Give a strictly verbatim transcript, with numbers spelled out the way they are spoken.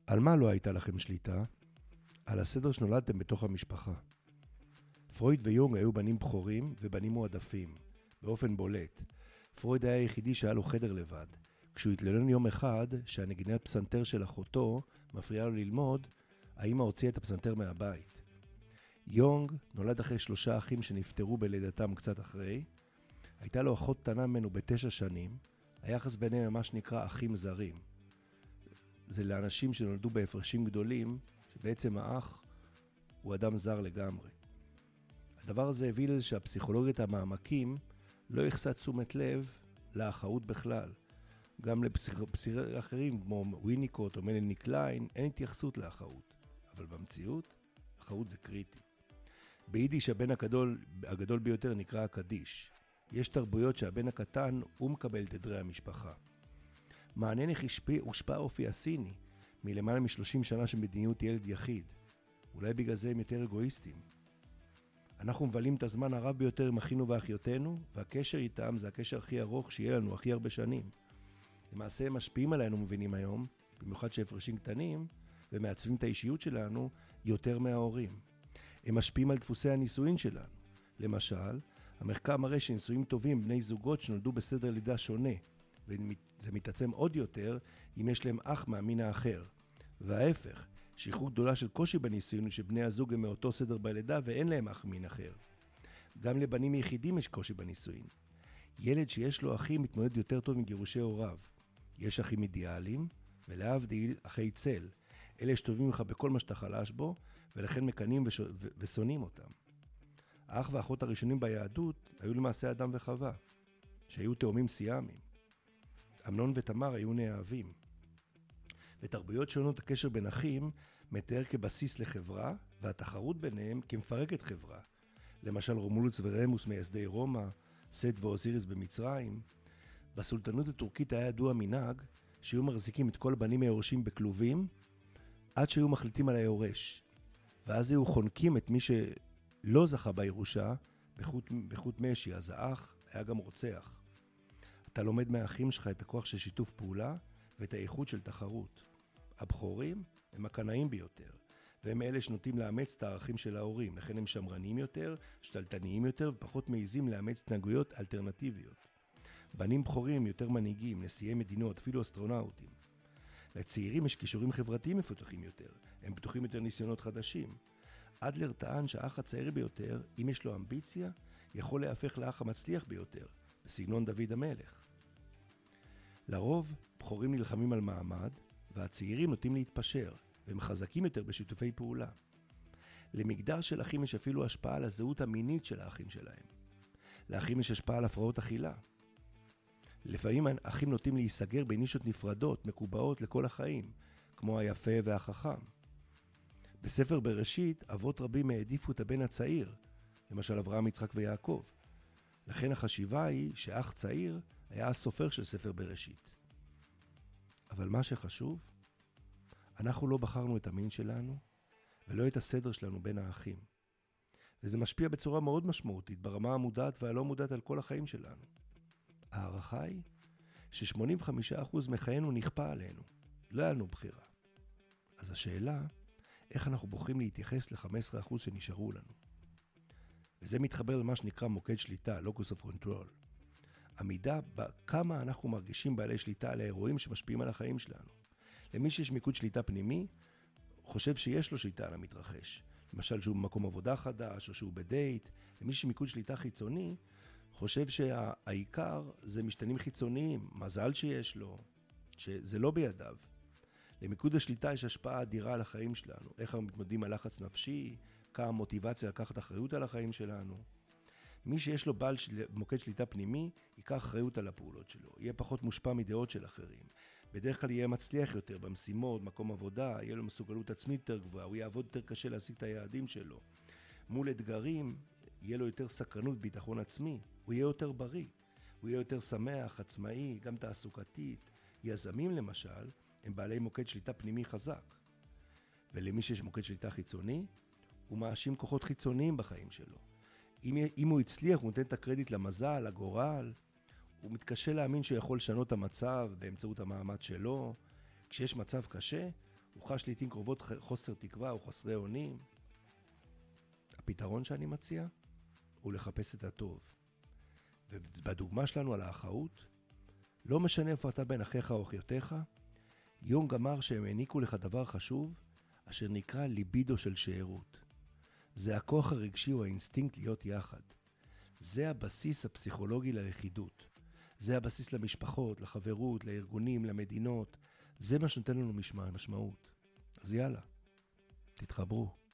על מה לא הייתה לכם שליטה? על הסדר שנולדתם בתוך המשפחה. פרויד ויונג היו בנים בכורים ובנים מועדפים, באופן בולט. פרויד היה היחידי שהיה לו חדר לבד. כשהוא התלונן יום אחד שהנגינת פסנתר של אחותו מפריעה לו ללמוד, האמא הוציאה את הפסנתר מהבית. יונג נולד אחרי שלושה אחים שנפטרו בלידתם קצת אחרי. הייתה לו אחות קטנה ממנו בתשע שנים. היחס ביניהם ממש נקרא אחים זרים. זה לאנשים שנולדו בהפרשים גדולים, שבעצם האח הוא אדם זר לגמרי. הדבר הזה הביא לזה שהפסיכולוגית המעמקים לא יחסה תשומת לב לאחאות בכלל. גם לפסיכולוגים אחרים כמו וויניקוט או מלאני קליין אין התייחסות לאחאות. אבל במציאות, אחאות זה קריטי. ביידיש הבן הגדול, הגדול ביותר נקרא הקדיש. יש תרבויות שהבן הקטן הוא מקבל את עדרי המשפחה. מעניין איך הושפע האופי הסיני מלמעלה מ-שלושים שנה של מדיניות ילד יחיד. אולי בגלל זה הם יותר אגואיסטים. אנחנו מבלים את הזמן הרב ביותר עם אחינו ואחיותינו, והקשר איתם זה הקשר הכי ארוך שיהיה לנו הכי הרבה שנים. למעשה הם משפיעים עלינו מבינים היום, במיוחד שהפרשים קטנים, ומעצבים את האישיות שלנו יותר מההורים. הם משפיעים על דפוסי הנישואין שלנו. למשל, המחקר מראה שנישואים טובים בני זוגות שנולדו בסדר לידה שונה, וזה מתעצם עוד יותר אם יש להם אח מהמין האחר. וההפך, שכיחות גדולה של קושי בנישואים שבני הזוג הם מאותו סדר בלידה ואין להם אח מין אחר. גם לבנים יחידים יש קושי בנישואים. ילד שיש לו אחים מתמודד יותר טוב עם גירושי הוריו. יש אחים אידיאליים, ולהבדיל אחי צל. אלה שטובים לך בכל מה שאתה חלש בו, ולכן מקנים וש... ו... ושונאים אותם. האח והאחות הראשונים ביהדות היו למעשה אדם וחווה, שהיו תאומים סיאמים. אמנון ותמר היו נאהבים. בתרבויות שונות הקשר בין אחים מתאר כבסיס לחברה, והתחרות ביניהם כמפרקת חברה. למשל רומולוס ורמוס מייסדי רומא, סט ואוזיריס במצרים. בסולטנות הטורקית היה ידוע מנהג שהיו מחזיקים את כל הבנים היורשים בכלובים, עד שהיו מחליטים על היורש. ואז היו חונקים את מי שלא זכה בירושה בחוט, בחוט משי, אז האח היה גם רוצח. אתה לומד מהאחים שלך את הכוח של שיתוף פעולה ואת האיכות של תחרות. הבכורים הם הקנאים ביותר, והם אלה שנוטים לאמץ את הערכים של ההורים, לכן הם שמרניים יותר, שתלטניים יותר ופחות מעיזים לאמץ תנהגויות אלטרנטיביות. בנים בכורים יותר מנהיגים, נשיאי מדינות, אפילו אסטרונאוטים. לצעירים יש קישורים חברתיים מפותחים יותר, הם פתוחים יותר ניסיונות חדשים. אדלר טען שהאח הצעיר ביותר, אם יש לו אמביציה, יכול להפך לאח המצליח ביותר, בסגנון דוד המלך. לרוב, בכורים נלחמים על מעמד, והצעירים נוטים להתפשר, והם חזקים יותר בשיתופי פעולה. למגדר של אחים יש אפילו השפעה על הזהות המינית של האחים שלהם. לאחים יש השפעה על הפרעות אכילה. לפעמים אחים נוטים להיסגר בנישות נפרדות, מקובעות לכל החיים, כמו היפה והחכם. בספר בראשית, אבות רבים העדיפו את הבן הצעיר, למשל אברהם, יצחק ויעקב. לכן החשיבה היא שאח צעיר היה הסופר של ספר בראשית. אבל מה שחשוב, אנחנו לא בחרנו את המין שלנו, ולא את הסדר שלנו בין האחים. וזה משפיע בצורה מאוד משמעותית, ברמה המודעת והלא מודעת על כל החיים שלנו. הערכה היא ש-שמונים וחמישה אחוז מחיינו נכפה עלינו, לא היה לנו בחירה. אז השאלה, איך אנחנו בוחרים להתייחס ל-חמישה עשר אחוז שנשארו לנו? וזה מתחבר למה שנקרא מוקד שליטה, locus of control. המידה בכמה אנחנו מרגישים בעלי שליטה על האירועים שמשפיעים על החיים שלנו. למי שיש מיקוד שליטה פנימי, חושב שיש לו שליטה על המתרחש. למשל שהוא במקום עבודה חדש או שהוא בדייט. למי שיש מיקוד שליטה חיצוני, חושב שהעיקר זה משתנים חיצוניים, מזל שיש לו, שזה לא בידיו. למיקוד השליטה יש השפעה אדירה על החיים שלנו. איך אנחנו מתמודדים על לחץ נפשי, כמה מוטיבציה לקחת אחריות על החיים שלנו. מי שיש לו בעל של... מוקד שליטה פנימי, ייקח אחריות על הפעולות שלו. יהיה פחות מושפע מדעות של אחרים. בדרך כלל יהיה מצליח יותר במשימות, מקום עבודה, יהיה לו מסוגלות עצמית יותר גבוהה, הוא יעבוד יותר קשה להשיג את היעדים שלו. מול אתגרים, יהיה לו יותר סקרנות, ביטחון עצמי. הוא יהיה יותר בריא. הוא יהיה יותר שמח, עצמאי, גם תעסוקתית. יזמים למשל, הם בעלי מוקד שליטה פנימי חזק. ולמי שיש מוקד שליטה חיצוני, הוא מאשים כוחות חיצוניים בחיים שלו. אם, אם הוא הצליח, הוא נותן את הקרדיט למזל, לגורל. הוא מתקשה להאמין שהוא יכול לשנות את המצב באמצעות המאמץ שלו. כשיש מצב קשה, הוא הוא חש לעתים קרובות חוסר תקווה או חסרי אונים. הפתרון שאני מציע הוא לחפש את הטוב. ובדוגמה שלנו על האחאות, לא משנה איפה אתה בין אחיך או אחיותיך, יונג אמר שהם העניקו לך דבר חשוב, אשר נקרא ליבידו של שארות. זה הכוח הרגשי או האינסטינקט להיות יחד. זה הבסיס הפסיכולוגי ללכידות. זה הבסיס למשפחות, לחברות, לארגונים, למדינות. זה מה שנותן לנו משמעות. אז יאללה, תתחברו.